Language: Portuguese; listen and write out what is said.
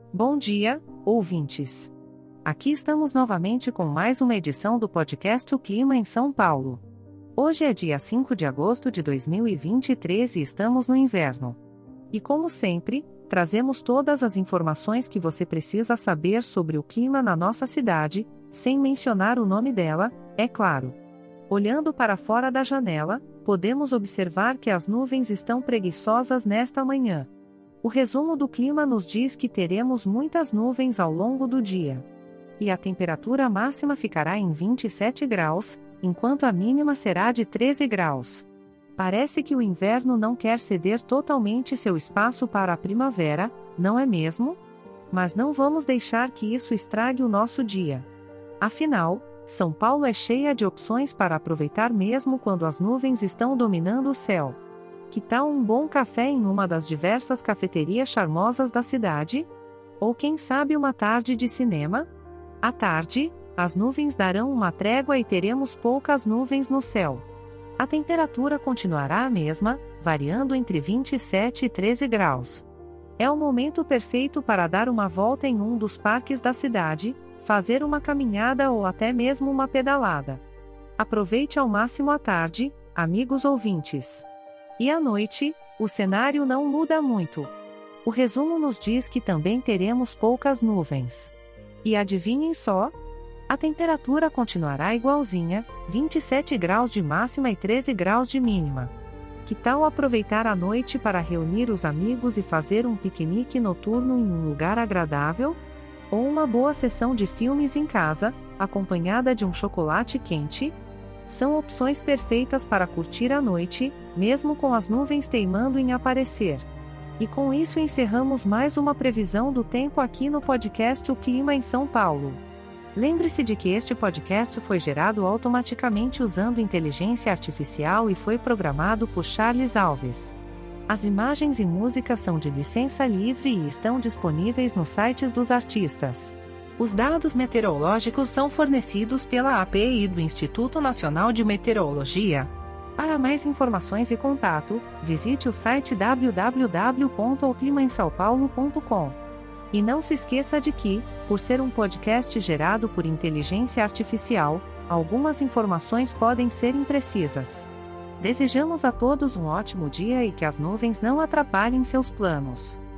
Bom dia, ouvintes. Aqui estamos novamente com mais uma edição do podcast O Clima em São Paulo. Hoje é dia 5 de agosto de 2023 e estamos no inverno. E como sempre, trazemos todas as informações que você precisa saber sobre o clima na nossa cidade, sem mencionar o nome dela, é claro. Olhando para fora da janela, podemos observar que as nuvens estão preguiçosas nesta manhã. O resumo do clima nos diz que teremos muitas nuvens ao longo do dia. E a temperatura máxima ficará em 27 graus, enquanto a mínima será de 13 graus. Parece que o inverno não quer ceder totalmente seu espaço para a primavera, não é mesmo? Mas não vamos deixar que isso estrague o nosso dia. Afinal, São Paulo é cheia de opções para aproveitar mesmo quando as nuvens estão dominando o céu. Que tal um bom café em uma das diversas cafeterias charmosas da cidade? Ou quem sabe uma tarde de cinema? À tarde, as nuvens darão uma trégua e teremos poucas nuvens no céu. A temperatura continuará a mesma, variando entre 27 e 13 graus. É o momento perfeito para dar uma volta em um dos parques da cidade, fazer uma caminhada ou até mesmo uma pedalada. Aproveite ao máximo a tarde, amigos ouvintes. E à noite, o cenário não muda muito. O resumo nos diz que também teremos poucas nuvens. E adivinhem só? A temperatura continuará igualzinha, 27 graus de máxima e 13 graus de mínima. Que tal aproveitar a noite para reunir os amigos e fazer um piquenique noturno em um lugar agradável? Ou uma boa sessão de filmes em casa, acompanhada de um chocolate quente? São opções perfeitas para curtir a noite, mesmo com as nuvens teimando em aparecer. E com isso encerramos mais uma previsão do tempo aqui no podcast O Clima em São Paulo. Lembre-se de que este podcast foi gerado automaticamente usando inteligência artificial e foi programado por Charles Alves. As imagens e músicas são de licença livre e estão disponíveis nos sites dos artistas. Os dados meteorológicos são fornecidos pela API do Instituto Nacional de Meteorologia. Para mais informações e contato, visite o site www.oclimaemsaopaulo.com. E não se esqueça de que, por ser um podcast gerado por inteligência artificial, algumas informações podem ser imprecisas. Desejamos a todos um ótimo dia e que as nuvens não atrapalhem seus planos.